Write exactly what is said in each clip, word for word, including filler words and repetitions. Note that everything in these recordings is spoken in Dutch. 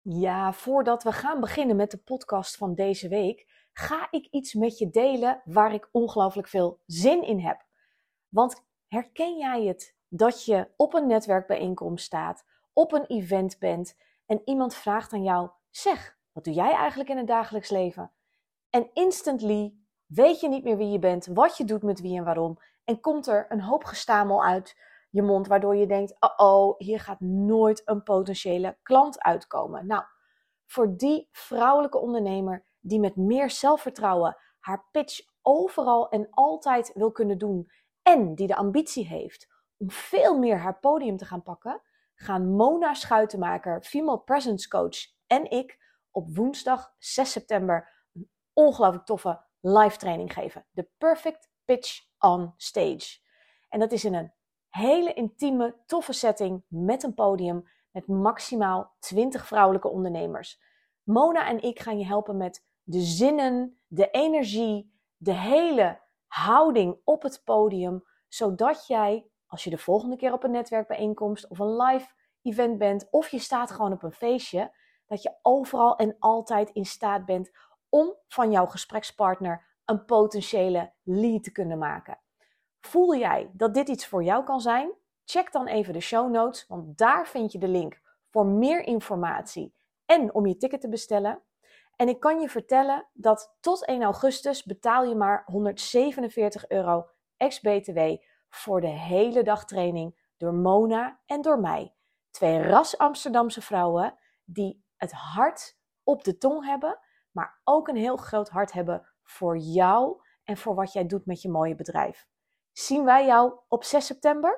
Ja, voordat we gaan beginnen met de podcast van deze week, ga ik iets met je delen waar ik ongelooflijk veel zin in heb. Want herken jij het dat je op een netwerkbijeenkomst staat, op een event bent en iemand vraagt aan jou, zeg, wat doe jij eigenlijk in het dagelijks leven? En instantly weet je niet meer wie je bent, wat je doet met wie en waarom en komt er een hoop gestamel uit je mond, waardoor je denkt, oh oh, hier gaat nooit een potentiële klant uitkomen. Nou, voor die vrouwelijke ondernemer die met meer zelfvertrouwen haar pitch overal en altijd wil kunnen doen en die de ambitie heeft om veel meer haar podium te gaan pakken, gaan Mona Schuitenmaker, Female Presence Coach en ik op woensdag zes september een ongelooflijk toffe live training geven. De Perfect Pitch on Stage. En dat is in een hele intieme, toffe setting met een podium met maximaal twintig vrouwelijke ondernemers. Mona en ik gaan je helpen met de zinnen, de energie, de hele houding op het podium, zodat jij, als je de volgende keer op een netwerkbijeenkomst of een live event bent, of je staat gewoon op een feestje, dat je overal en altijd in staat bent om van jouw gesprekspartner een potentiële lead te kunnen maken. Voel jij dat dit iets voor jou kan zijn? Check dan even de show notes, want daar vind je de link voor meer informatie en om je ticket te bestellen. En ik kan je vertellen dat tot één augustus betaal je maar honderdzevenenveertig euro ex-B T W voor de hele dag training door Mona en door mij. Twee ras Amsterdamse vrouwen die het hart op de tong hebben, maar ook een heel groot hart hebben voor jou en voor wat jij doet met je mooie bedrijf. Zien wij jou op zes september?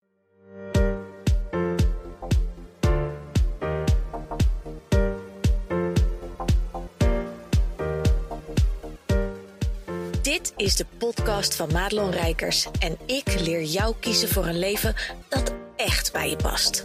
Dit is de podcast van Madelon Rijkers en ik leer jou kiezen voor een leven dat echt bij je past.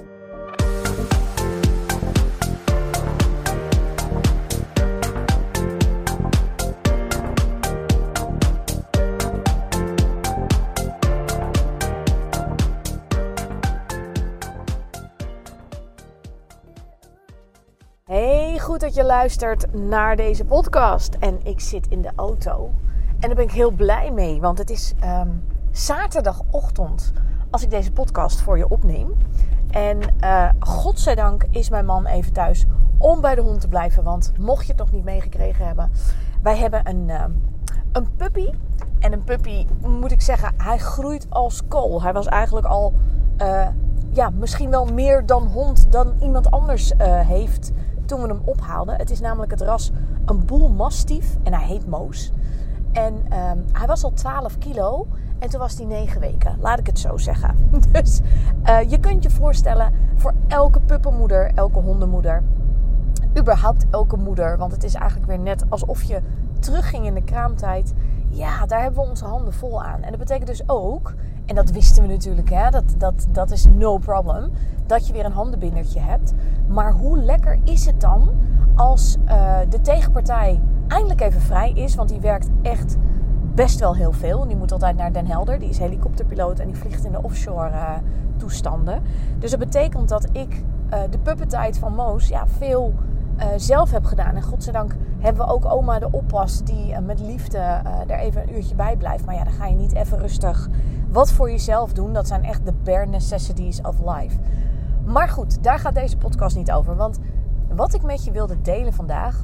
Hey, goed dat je luistert naar deze podcast. En ik zit in de auto. En daar ben ik heel blij mee, want het is um, zaterdagochtend als ik deze podcast voor je opneem. En uh, godzijdank is mijn man even thuis om bij de hond te blijven. Want mocht je het nog niet meegekregen hebben, wij hebben een, uh, een puppy. En een puppy, moet ik zeggen, hij groeit als kool. Hij was eigenlijk al, uh, ja, misschien wel meer dan hond dan iemand anders uh, heeft toen we hem ophaalden. Het is namelijk het ras een boel mastief en hij heet Moos. En um, hij was al twaalf kilo en toen was hij negen weken. Laat ik het zo zeggen. Dus uh, je kunt je voorstellen voor elke puppenmoeder, elke hondenmoeder. Überhaupt elke moeder. Want het is eigenlijk weer net alsof je terugging in de kraamtijd. Ja, daar hebben we onze handen vol aan. En dat betekent dus ook, en dat wisten we natuurlijk, hè, dat, dat, dat is no problem, dat je weer een handenbindertje hebt. Maar hoe lekker is het dan als uh, de tegenpartij eindelijk even vrij is, want die werkt echt best wel heel veel. Die moet altijd naar Den Helder, die is helikopterpiloot en die vliegt in de offshore uh, toestanden. Dus dat betekent dat ik uh, de puppetijd van Moos ja, veel uh, zelf heb gedaan. En godzijdank hebben we ook oma de oppas die uh, met liefde uh, er even een uurtje bij blijft. Maar ja, dan ga je niet even rustig wat voor jezelf doen. Dat zijn echt de bare necessities of life. Maar goed, daar gaat deze podcast niet over. Want wat ik met je wilde delen vandaag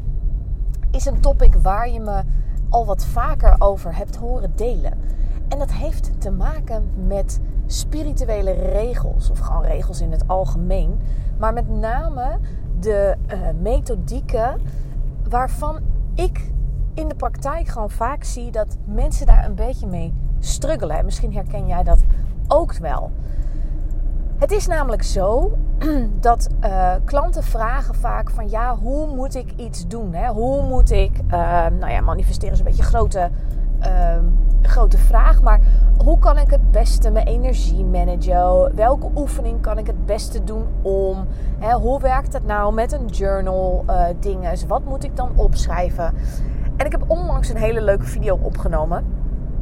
is een topic waar je me al wat vaker over hebt horen delen. En dat heeft te maken met spirituele regels. Of gewoon regels in het algemeen. Maar met name de uh, methodieken waarvan ik in de praktijk gewoon vaak zie dat mensen daar een beetje mee struggelen. En misschien herken jij dat ook wel. Het is namelijk zo dat uh, klanten vragen vaak van ja, hoe moet ik iets doen? Hè? Hoe moet ik, uh, nou ja, manifesteren is een beetje een grote, uh, grote vraag. Maar hoe kan ik het beste mijn energie managen? Welke oefening kan ik het beste doen om? Hè? Hoe werkt het nou met een journal uh, dinges? Wat moet ik dan opschrijven? En ik heb onlangs een hele leuke video opgenomen.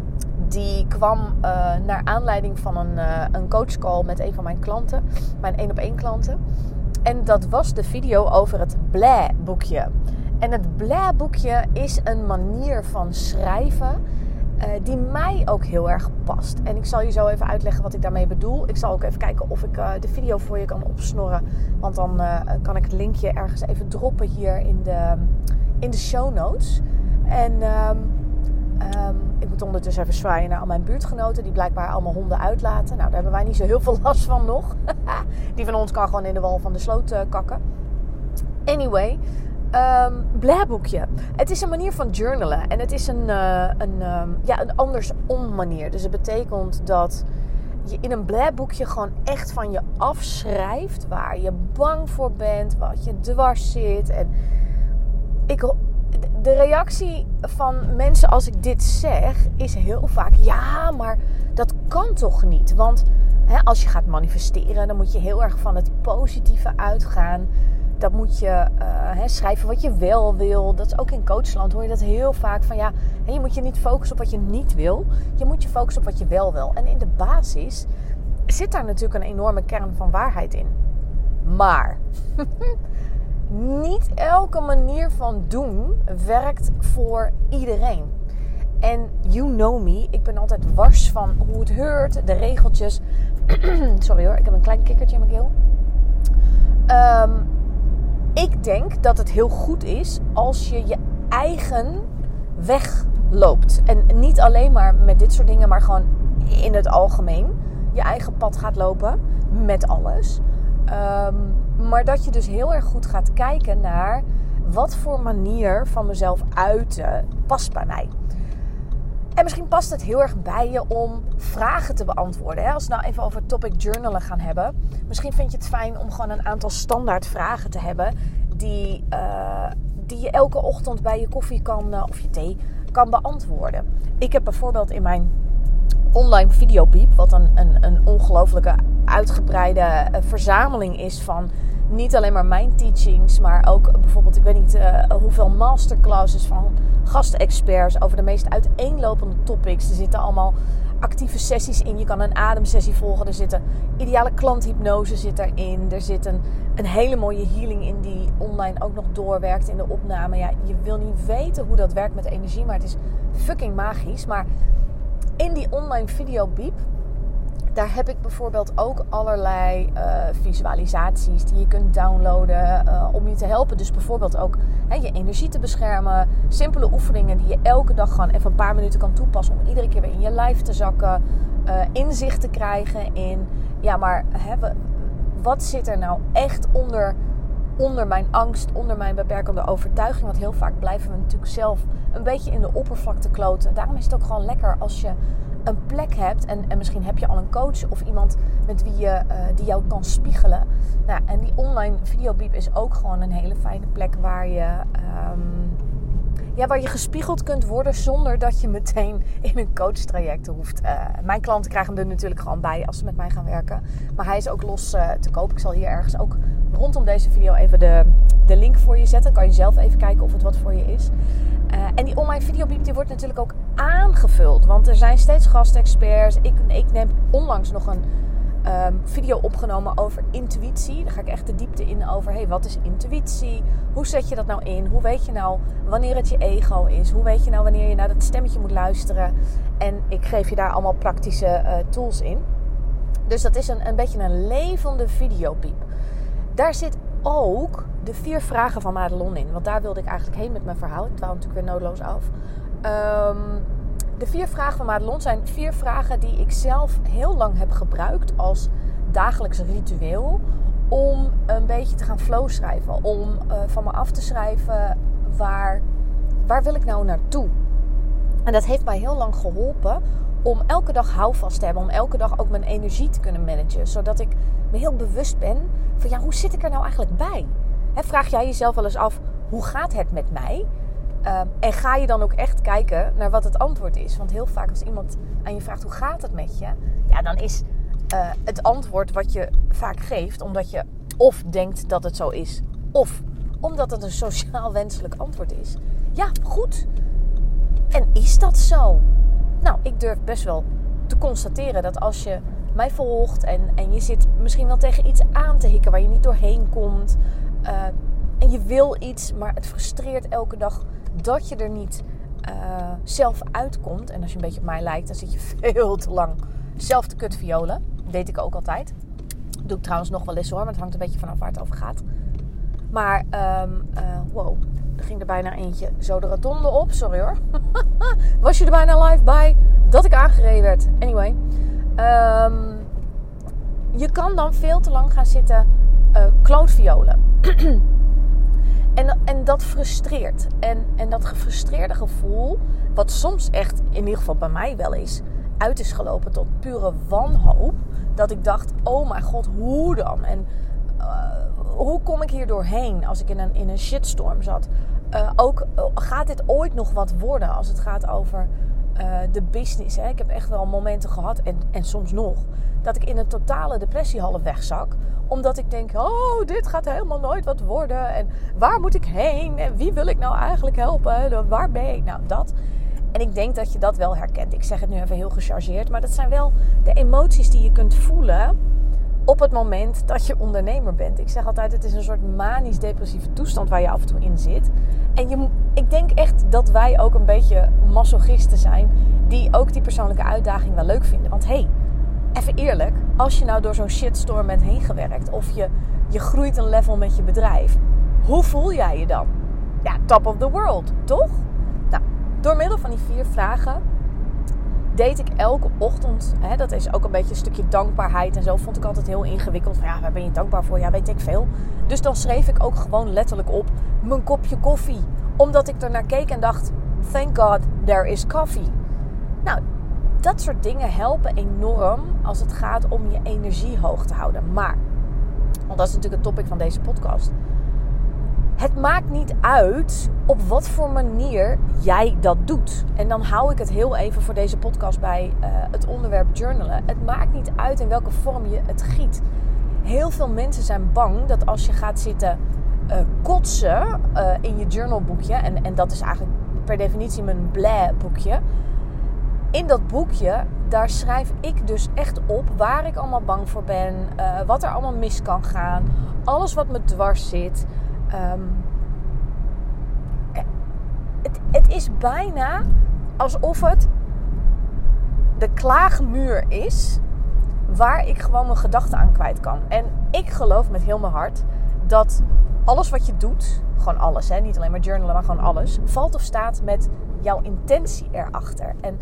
Die kwam uh, naar aanleiding van een, uh, een coachcall met een van mijn klanten. Mijn één op één klanten. En dat was de video over het Bleh-boekje. En het Bleh-boekje is een manier van schrijven uh, die mij ook heel erg past. En ik zal je zo even uitleggen wat ik daarmee bedoel. Ik zal ook even kijken of ik uh, de video voor je kan opsnorren. Want dan uh, kan ik het linkje ergens even droppen hier in de, in de show notes. En um, um, ik moet ondertussen even zwaaien naar al mijn buurtgenoten die blijkbaar allemaal honden uitlaten. Nou, daar hebben wij niet zo heel veel last van nog. Die van ons kan gewoon in de wal van de sloot uh, kakken. Anyway, um, Bleh-boekje. Het is een manier van journalen. En het is een, uh, een, um, ja, een andersom manier. Dus het betekent dat je in een Bleh-boekje gewoon echt van je afschrijft waar je bang voor bent, wat je dwars zit. En ik, de reactie van mensen als ik dit zeg is heel vaak: ja, maar dat kan toch niet? Want hè, als je gaat manifesteren, dan moet je heel erg van het positieve uitgaan. Dat moet je uh, hè, schrijven wat je wel wil. Dat is ook in coachland hoor je dat heel vaak. Van ja, hè, je moet je niet focussen op wat je niet wil. Je moet je focussen op wat je wel wil. En in de basis zit daar natuurlijk een enorme kern van waarheid in. Maar niet elke manier van doen werkt voor iedereen. En you know me, ik ben altijd wars van hoe het hoort, de regeltjes. Sorry hoor, ik heb een klein kikkertje in mijn keel. Um, ik denk dat het heel goed is als je je eigen weg loopt. En niet alleen maar met dit soort dingen, maar gewoon in het algemeen. Je eigen pad gaat lopen met alles. Um, maar dat je dus heel erg goed gaat kijken naar wat voor manier van mezelf uiten past bij mij. En misschien past het heel erg bij je om vragen te beantwoorden. Hè? Als we nou even over het topic journalen gaan hebben. Misschien vind je het fijn om gewoon een aantal standaard vragen te hebben. Die, uh, die je elke ochtend bij je koffie kan, uh, of je thee kan beantwoorden. Ik heb bijvoorbeeld in mijn online videopiep, wat een, een, een ongelooflijke uitgebreide uh, verzameling is van niet alleen maar mijn teachings, maar ook bijvoorbeeld, ik weet niet uh, hoeveel masterclasses van gastexperts over de meest uiteenlopende topics. Er zitten allemaal actieve sessies in. Je kan een ademsessie volgen. Er zit een ideale klanthypnose zit erin. Er zit een, een hele mooie healing in die online ook nog doorwerkt in de opname. Ja, je wil niet weten hoe dat werkt met energie, maar het is fucking magisch. Maar in die online videopiep, daar heb ik bijvoorbeeld ook allerlei uh, visualisaties die je kunt downloaden uh, om je te helpen. Dus bijvoorbeeld ook hè, je energie te beschermen. Simpele oefeningen die je elke dag gewoon even een paar minuten kan toepassen om iedere keer weer in je lijf te zakken. Uh, inzicht te krijgen in, ja maar hè, wat zit er nou echt onder, onder mijn angst, onder mijn beperkende overtuiging. Want heel vaak blijven we natuurlijk zelf een beetje in de oppervlakte kloten. Daarom is het ook gewoon lekker als je een plek hebt en, en misschien heb je al een coach of iemand met wie je, uh, die jou kan spiegelen. Nou, en die online videopiep is ook gewoon een hele fijne plek waar je, um, ja, waar je gespiegeld kunt worden zonder dat je meteen in een coachtraject hoeft. Uh, mijn klanten krijgen hem er natuurlijk gewoon bij als ze met mij gaan werken. Maar hij is ook los uh, te koop. Ik zal hier ergens ook rondom deze video even de, de link voor je zetten. Dan kan je zelf even kijken of het wat voor je is. Uh, en die online videopiep die wordt natuurlijk ook aangevuld. Want er zijn steeds gastexperts. Ik, ik neem onlangs nog een um, video opgenomen over intuïtie. Daar ga ik echt de diepte in over. Hey, wat is intuïtie? Hoe zet je dat nou in? Hoe weet je nou wanneer het je ego is? Hoe weet je nou wanneer je naar dat stemmetje moet luisteren? En ik geef je daar allemaal praktische uh, tools in. Dus dat is een, een beetje een levende videopiep. Daar zit ook de vier vragen van Madelon in. Want daar wilde ik eigenlijk heen met mijn verhaal. Ik dwaal natuurlijk weer nodeloos af. Um, de vier vragen van Madelon zijn vier vragen die ik zelf heel lang heb gebruikt als dagelijks ritueel. Om een beetje te gaan flow schrijven. Om uh, van me af te schrijven waar, waar wil ik nou naartoe. En dat heeft mij heel lang geholpen om elke dag houvast te hebben. Om elke dag ook mijn energie te kunnen managen. Zodat ik me heel bewust ben van ja, hoe zit ik er nou eigenlijk bij? He, vraag jij jezelf wel eens af, hoe gaat het met mij? Uh, en ga je dan ook echt kijken naar wat het antwoord is? Want heel vaak als iemand aan je vraagt, hoe gaat het met je? Ja, dan is uh, het antwoord wat je vaak geeft, omdat je of denkt dat het zo is, of omdat het een sociaal wenselijk antwoord is. Ja, goed. En is dat zo? Nou, ik durf best wel te constateren dat als je mij volgt en, en je zit misschien wel tegen iets aan te hikken waar je niet doorheen komt. Uh, en je wil iets, maar het frustreert elke dag dat je er niet uh, zelf uitkomt. En als je een beetje op mij lijkt, dan zit je veel te lang zelf te kutviolen. Dat deed ik ook altijd. Dat doe ik trouwens nog wel eens hoor, maar het hangt een beetje vanaf waar het over gaat. Maar, um, uh, wow, er ging er bijna eentje zo de rotonde op. Sorry hoor. Was je er bijna live bij dat ik aangereden werd? Anyway. Um, je kan dan veel te lang gaan zitten uh, klootviolen. en, en dat frustreert. En, en dat gefrustreerde gevoel, wat soms echt, in ieder geval bij mij wel is, uit is gelopen tot pure wanhoop. Dat ik dacht, oh mijn god, hoe dan? En uh, hoe kom ik hier doorheen als ik in een, in een shitstorm zat? Uh, ook, uh, gaat dit ooit nog wat worden als het gaat over uh, de business? Hè? Ik heb echt wel momenten gehad, en, en soms nog, dat ik in een totale depressie half wegzak. Omdat ik denk, oh, dit gaat helemaal nooit wat worden. En waar moet ik heen? En wie wil ik nou eigenlijk helpen? Waar ben ik? Nou, dat. En ik denk dat je dat wel herkent. Ik zeg het nu even heel gechargeerd. Maar dat zijn wel de emoties die je kunt voelen op het moment dat je ondernemer bent. Ik zeg altijd, het is een soort manisch-depressieve toestand waar je af en toe in zit. En je, ik denk echt dat wij ook een beetje masochisten zijn die ook die persoonlijke uitdaging wel leuk vinden. Want hé, hey, even eerlijk, als je nou door zo'n shitstorm bent heen gewerkt of je, je groeit een level met je bedrijf, hoe voel jij je dan? Ja, top of the world, toch? Nou, door middel van die vier vragen deed ik elke ochtend, hè, dat is ook een beetje een stukje dankbaarheid en zo, vond ik altijd heel ingewikkeld. Van, ja, waar ben je dankbaar voor? Ja, weet ik veel. Dus dan schreef ik ook gewoon letterlijk op mijn kopje koffie. Omdat ik er naar keek en dacht, thank God there is coffee. Nou, dat soort dingen helpen enorm als het gaat om je energie hoog te houden. Maar, want dat is natuurlijk het topic van deze podcast. Het maakt niet uit op wat voor manier jij dat doet. En dan hou ik het heel even voor deze podcast bij uh, het onderwerp journalen. Het maakt niet uit in welke vorm je het giet. Heel veel mensen zijn bang dat als je gaat zitten uh, kotsen uh, in je journalboekje. En, en dat is eigenlijk per definitie mijn bleh boekje. In dat boekje, daar schrijf ik dus echt op waar ik allemaal bang voor ben. Uh, wat er allemaal mis kan gaan. Alles wat me dwars zit. Um, het, het is bijna alsof het de klaagmuur is waar ik gewoon mijn gedachten aan kwijt kan. En ik geloof met heel mijn hart dat alles wat je doet, gewoon alles, hè, niet alleen maar journalen, maar gewoon alles, valt of staat met jouw intentie erachter. En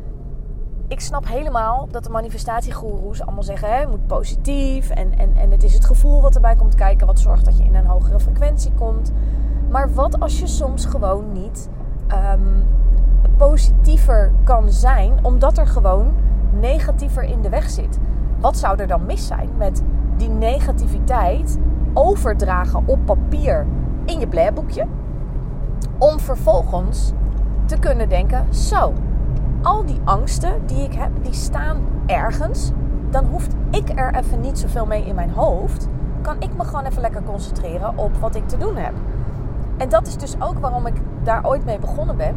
ik snap helemaal dat de manifestatiegoeroes allemaal zeggen, hè, je moet positief en, en, en het is het gevoel wat erbij komt kijken, wat zorgt dat je in een hogere frequentie komt. Maar wat als je soms gewoon niet um, positiever kan zijn, omdat er gewoon negatiever in de weg zit? Wat zou er dan mis zijn met die negativiteit overdragen op papier in je blairboekje, om vervolgens te kunnen denken, zo, al die angsten die ik heb, die staan ergens. Dan hoeft ik er even niet zoveel mee in mijn hoofd. Kan ik me gewoon even lekker concentreren op wat ik te doen heb. En dat is dus ook waarom ik daar ooit mee begonnen ben.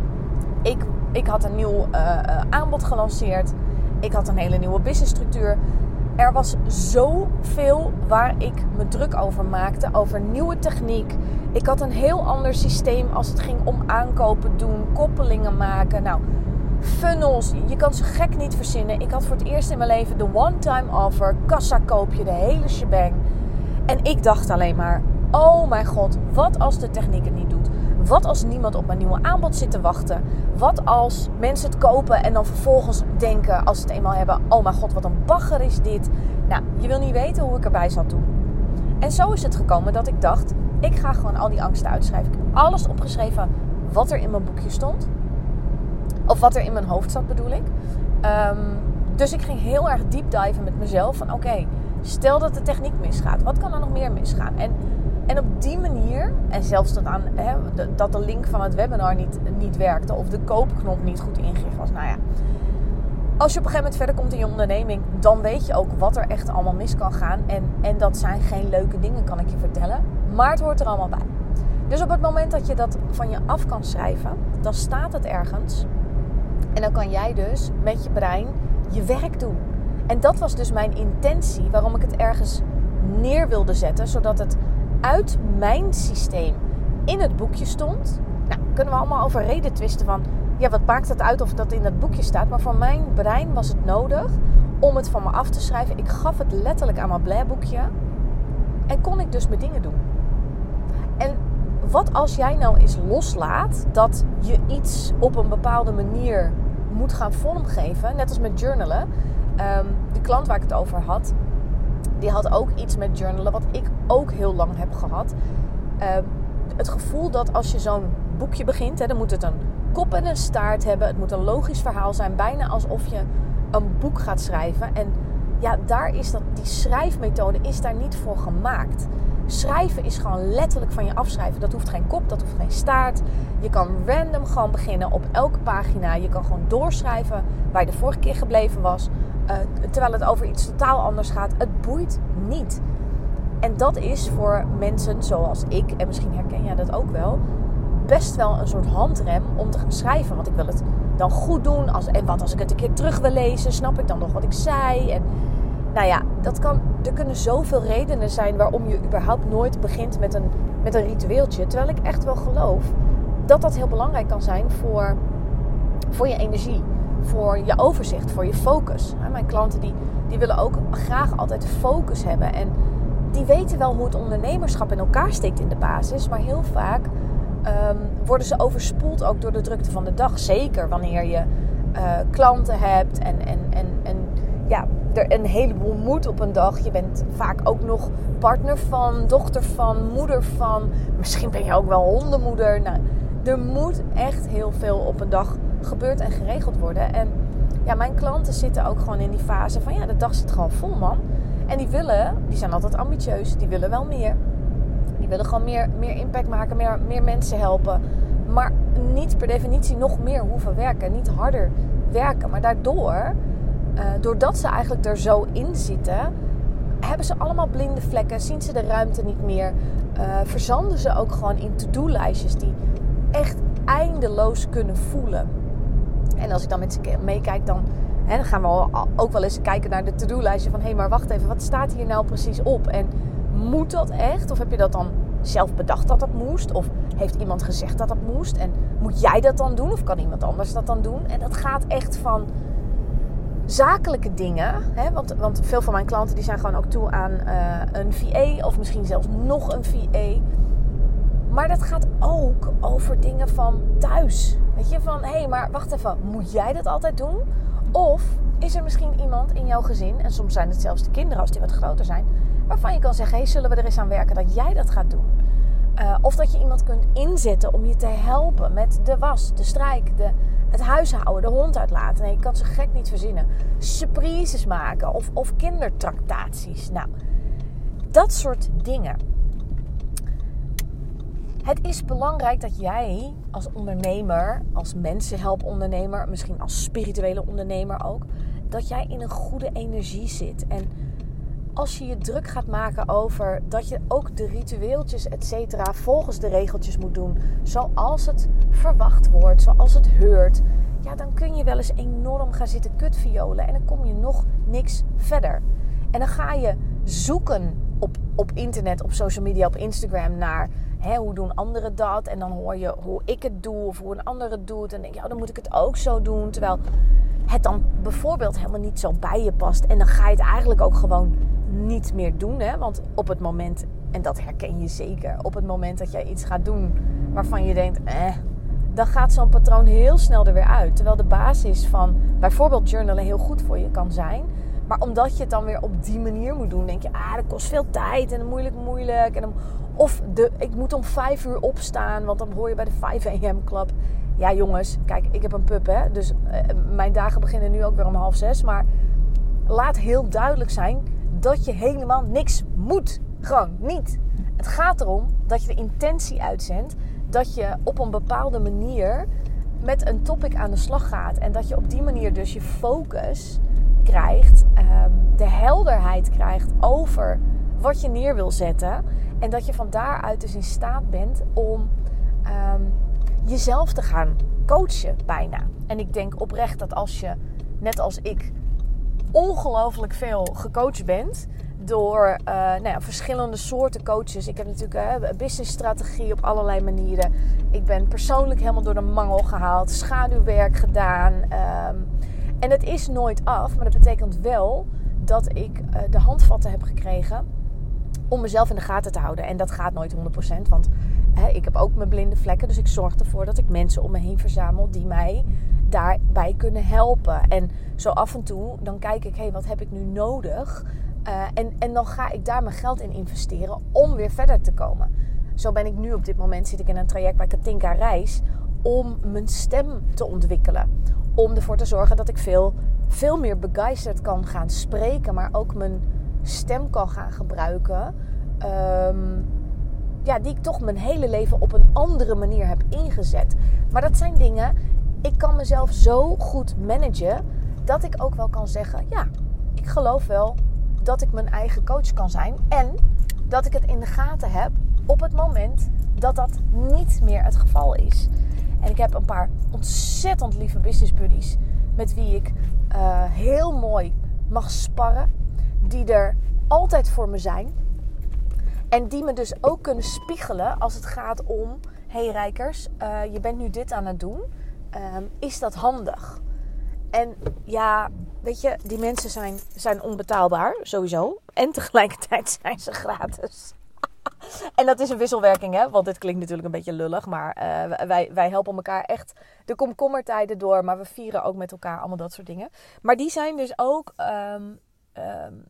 Ik, ik had een nieuw uh, aanbod gelanceerd. Ik had een hele nieuwe businessstructuur. Er was zoveel waar ik me druk over maakte. Over nieuwe techniek. Ik had een heel ander systeem als het ging om aankopen doen. Koppelingen maken. Nou, funnels. Je kan ze gek niet verzinnen. Ik had voor het eerst in mijn leven de one-time offer. Kassakoopje. De hele shebang. En ik dacht alleen maar, oh mijn god. Wat als de techniek het niet doet? Wat als niemand op mijn nieuwe aanbod zit te wachten? Wat als mensen het kopen en dan vervolgens denken, als ze het eenmaal hebben, oh mijn god, wat een bagger is dit. Nou, je wil niet weten hoe ik erbij zat toen. En zo is het gekomen dat ik dacht, ik ga gewoon al die angsten uitschrijven. Ik heb alles opgeschreven wat er in mijn boekje stond. Of wat er in mijn hoofd zat, bedoel ik. Um, dus ik ging heel erg deep diven met mezelf. Van oké, okay, stel dat de techniek misgaat. Wat kan er nog meer misgaan? En, en op die manier, en zelfs tot aan hè, de, dat de link van het webinar niet, niet werkte. Of de koopknop niet goed ingericht was. Nou ja, als je op een gegeven moment verder komt in je onderneming, dan weet je ook wat er echt allemaal mis kan gaan. En, en dat zijn geen leuke dingen, kan ik je vertellen. Maar het hoort er allemaal bij. Dus op het moment dat je dat van je af kan schrijven, dan staat het ergens. En dan kan jij dus met je brein je werk doen. En dat was dus mijn intentie waarom ik het ergens neer wilde zetten. Zodat het uit mijn systeem in het boekje stond. Nou, kunnen we allemaal over reden twisten van... Ja, wat maakt het uit of dat in dat boekje staat? Maar voor mijn brein was het nodig om het van me af te schrijven. Ik gaf het letterlijk aan mijn blairboekje. En kon ik dus mijn dingen doen. En wat als jij nou eens loslaat dat je iets op een bepaalde manier moet gaan vormgeven. Net als met journalen. Um, de klant waar ik het over had, die had ook iets met journalen wat ik ook heel lang heb gehad. Um, het gevoel dat als je zo'n boekje begint, hè, dan moet het een kop en een staart hebben. Het moet een logisch verhaal zijn. Bijna alsof je een boek gaat schrijven. En ja, daar is dat, die schrijfmethode is daar niet voor gemaakt. Schrijven is gewoon letterlijk van je afschrijven. Dat hoeft geen kop, dat hoeft geen staart. Je kan random gewoon beginnen op elke pagina. Je kan gewoon doorschrijven waar je de vorige keer gebleven was. Uh, terwijl het over iets totaal anders gaat. Het boeit niet. En dat is voor mensen zoals ik, en misschien herken jij dat ook wel, best wel een soort handrem om te gaan schrijven. Want ik wil het dan goed doen. Als, en wat als ik het een keer terug wil lezen, snap ik dan nog wat ik zei? En nou ja, dat kan, er kunnen zoveel redenen zijn waarom je überhaupt nooit begint met een, met een ritueeltje. Terwijl ik echt wel geloof dat dat heel belangrijk kan zijn voor, voor je energie. Voor je overzicht, voor je focus. Mijn klanten die, die willen ook graag altijd focus hebben. En die weten wel hoe het ondernemerschap in elkaar steekt in de basis. Maar heel vaak um, worden ze overspoeld ook door de drukte van de dag. Zeker wanneer je uh, klanten hebt en, en, en, en ja, er een heleboel moet op een dag. Je bent vaak ook nog partner van, dochter van, moeder van. Misschien ben je ook wel hondenmoeder. Nou, er moet echt heel veel op een dag gebeurd en geregeld worden. En ja, mijn klanten zitten ook gewoon in die fase van ja, de dag zit gewoon vol, man. En die willen, die zijn altijd ambitieus, die willen wel meer. Die willen gewoon meer, meer impact maken, meer, meer mensen helpen. Maar niet per definitie nog meer hoeven werken, niet harder werken. Maar daardoor, uh, doordat ze eigenlijk er zo in zitten, hebben ze allemaal blinde vlekken, zien ze de ruimte niet meer. Uh, verzanden ze ook gewoon in to-do-lijstjes die echt eindeloos kunnen voelen. En als ik dan met ze meekijk, dan, hè, dan gaan we ook wel eens kijken naar de to-do-lijstje van hé, hey, maar wacht even, wat staat hier nou precies op? En moet dat echt? Of heb je dat dan zelf bedacht dat dat moest? Of heeft iemand gezegd dat dat moest? En moet jij dat dan doen? Of kan iemand anders dat dan doen? En dat gaat echt van zakelijke dingen. Hè? Want, want veel van mijn klanten die zijn gewoon ook toe aan uh, een V A. Of misschien zelfs nog een V A. Maar dat gaat ook over dingen van thuis. Weet je, van hé, hey, maar wacht even, moet jij dat altijd doen? Of is er misschien iemand in jouw gezin, en soms zijn het zelfs de kinderen als die wat groter zijn, waarvan je kan zeggen, hé, hey, zullen we er eens aan werken dat jij dat gaat doen? Uh, of dat je iemand kunt inzetten om je te helpen met de was, de strijk, de, het huishouden, de hond uitlaten. Nee, je kan zo gek niet verzinnen. Surprises maken of, of kindertractaties. Nou, dat soort dingen. Het is belangrijk dat jij als ondernemer, als mensenhelpondernemer, misschien als spirituele ondernemer ook, dat jij in een goede energie zit. En als je je druk gaat maken over dat je ook de ritueeltjes, et cetera, volgens de regeltjes moet doen, zoals het verwacht wordt, zoals het heurt, ja, dan kun je wel eens enorm gaan zitten kutviolen en dan kom je nog niks verder. En dan ga je zoeken op, op internet, op social media, op Instagram naar hè, hoe doen anderen dat? En dan hoor je hoe ik het doe of hoe een ander het doet. En denk je, ja, dan moet ik het ook zo doen. Terwijl het dan bijvoorbeeld helemaal niet zo bij je past. En dan ga je het eigenlijk ook gewoon niet meer doen. Hè? Want op het moment, en dat herken je zeker, op het moment dat jij iets gaat doen waarvan je denkt, eh, dan gaat zo'n patroon heel snel er weer uit. Terwijl de basis van bijvoorbeeld journalen heel goed voor je kan zijn. Maar omdat je het dan weer op die manier moet doen, denk je, ah, dat kost veel tijd en moeilijk, moeilijk. En dan, of de, ik moet om vijf uur opstaan, want dan hoor je bij de vijf a.m. club. Ja, jongens, kijk, ik heb een pup, hè. Dus uh, mijn dagen beginnen nu ook weer om half zes. Maar laat heel duidelijk zijn dat je helemaal niks moet. Gewoon niet. Het gaat erom dat je de intentie uitzendt. Dat je op een bepaalde manier met een topic aan de slag gaat. En dat je op die manier dus je focus krijgt, um, de helderheid krijgt over wat je neer wil zetten. En dat je van daaruit dus in staat bent om um, jezelf te gaan coachen bijna. En ik denk oprecht dat als je, net als ik, ongelooflijk veel gecoacht bent door uh, nou ja, verschillende soorten coaches. Ik heb natuurlijk uh, businessstrategie op allerlei manieren. Ik ben persoonlijk helemaal door de mangel gehaald. Schaduwwerk gedaan. Um, en het is nooit af. Maar dat betekent wel dat ik uh, de handvatten heb gekregen om mezelf in de gaten te houden. En dat gaat nooit honderd procent. Want hè, ik heb ook mijn blinde vlekken. Dus ik zorg ervoor dat ik mensen om me heen verzamel die mij daarbij kunnen helpen. En zo af en toe, dan kijk ik, hé, hey, wat heb ik nu nodig? Uh, en, en dan ga ik daar mijn geld in investeren om weer verder te komen. Zo ben ik nu op dit moment, zit ik in een traject bij Katinka Reis om mijn stem te ontwikkelen. Om ervoor te zorgen dat ik veel, veel meer begeisterd kan gaan spreken, maar ook mijn stem kan gaan gebruiken. Um, ja, die ik toch mijn hele leven op een andere manier heb ingezet. Maar dat zijn dingen, ik kan mezelf zo goed managen dat ik ook wel kan zeggen, ja, ik geloof wel dat ik mijn eigen coach kan zijn. En dat ik het in de gaten heb op het moment dat dat niet meer het geval is. En ik heb een paar ontzettend lieve business buddies met wie ik uh, heel mooi mag sparren. Die er altijd voor me zijn. En die me dus ook kunnen spiegelen als het gaat om, hey Rijkers, uh, je bent nu dit aan het doen. Um, is dat handig? En ja, weet je, die mensen zijn, zijn onbetaalbaar, sowieso. En tegelijkertijd zijn ze gratis. En dat is een wisselwerking, hè? Want dit klinkt natuurlijk een beetje lullig. Maar uh, wij, wij helpen elkaar echt de komkommertijden door. Maar we vieren ook met elkaar allemaal dat soort dingen. Maar die zijn dus ook um, um,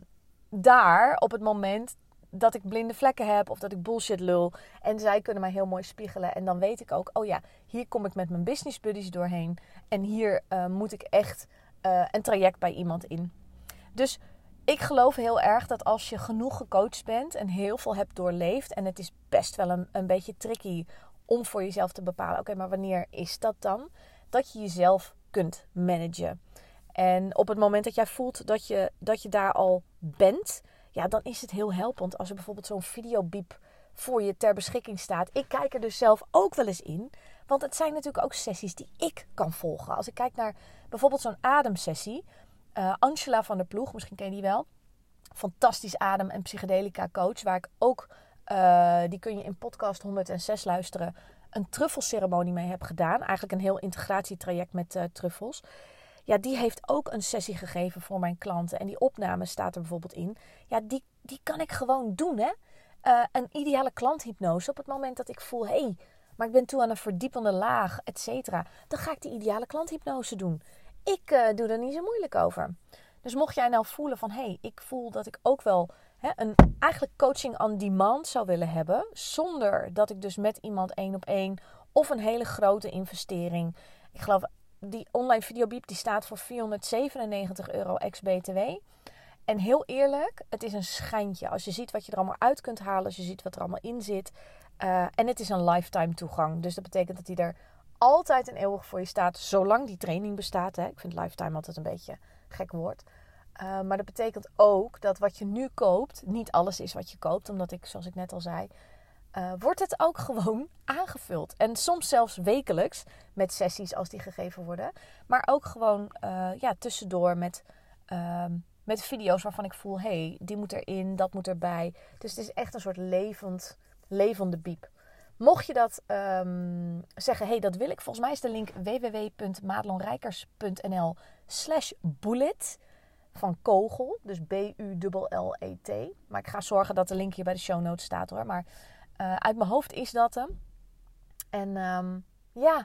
daar op het moment dat ik blinde vlekken heb of dat ik bullshit lul. En zij kunnen mij heel mooi spiegelen. En dan weet ik ook, oh ja, hier kom ik met mijn business buddies doorheen. En hier uh, moet ik echt uh, een traject bij iemand in. Dus ik geloof heel erg dat als je genoeg gecoacht bent en heel veel hebt doorleefd. En het is best wel een, een beetje tricky om voor jezelf te bepalen. Oké, okay, maar wanneer is dat dan? Dat je jezelf kunt managen. En op het moment dat jij voelt dat je, dat je daar al bent, ja, dan is het heel helpend als er bijvoorbeeld zo'n videobiep voor je ter beschikking staat. Ik kijk er dus zelf ook wel eens in. Want het zijn natuurlijk ook sessies die ik kan volgen. Als ik kijk naar bijvoorbeeld zo'n ademsessie. Uh, Angela van der Ploeg, misschien ken je die wel. Fantastisch adem- en psychedelica coach. Waar ik ook, uh, die kun je in podcast honderdzes luisteren, een truffelceremonie mee heb gedaan. Eigenlijk een heel integratietraject met uh, truffels. Ja, die heeft ook een sessie gegeven voor mijn klanten. En die opname staat er bijvoorbeeld in. Ja, die, die kan ik gewoon doen, hè. Uh, een ideale klanthypnose op het moment dat ik voel, hé, hey, maar ik ben toe aan een verdiepende laag, et cetera. Dan ga ik die ideale klanthypnose doen. Ik uh, doe er niet zo moeilijk over. Dus mocht jij nou voelen van, hé, hey, ik voel dat ik ook wel hè, een eigenlijk coaching on demand zou willen hebben. Zonder dat ik dus met iemand één op één of een hele grote investering. Ik geloof, die online videobiep die staat voor vierhonderdzevenennegentig euro ex B T W. En heel eerlijk, het is een schijntje. Als je ziet wat je er allemaal uit kunt halen. Als je ziet wat er allemaal in zit. Uh, en het is een lifetime toegang. Dus dat betekent dat hij er altijd en eeuwig voor je staat. Zolang die training bestaat. Hè. Ik vind lifetime altijd een beetje een gek woord. Uh, maar dat betekent ook dat wat je nu koopt niet alles is wat je koopt. Omdat ik, zoals ik net al zei, uh, wordt het ook gewoon aangevuld. En soms zelfs wekelijks met sessies als die gegeven worden. Maar ook gewoon uh, ja, tussendoor met... Uh, Met video's waarvan ik voel, hé, hey, die moet erin, dat moet erbij. Dus het is echt een soort levend, levende biep. Mocht je dat um, zeggen, hé, hey, dat wil ik. Volgens mij is de link www.madelonrijkers.nl slash bullet van kogel. Dus B U L L E T. Maar ik ga zorgen dat de link hier bij de show notes staat hoor. Maar uh, uit mijn hoofd is dat hem. En um, ja,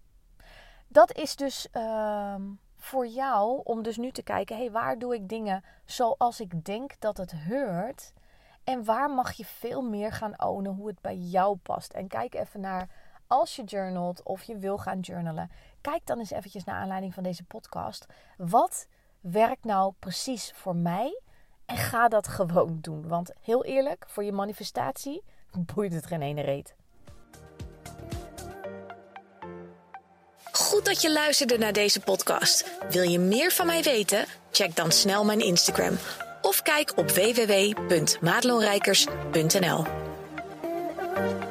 dat is dus... Um, voor jou om dus nu te kijken, hé, hey, waar doe ik dingen zoals ik denk dat het hoort? En waar mag je veel meer gaan ownen hoe het bij jou past? En kijk even naar, als je journalt of je wil gaan journalen, kijk dan eens eventjes naar aanleiding van deze podcast. Wat werkt nou precies voor mij? En ga dat gewoon doen. Want heel eerlijk, voor je manifestatie boeit het geen ene reet. Goed dat je luisterde naar deze podcast. Wil je meer van mij weten? Check dan snel mijn Instagram. Of kijk op w w w punt madelonrijkers punt n l.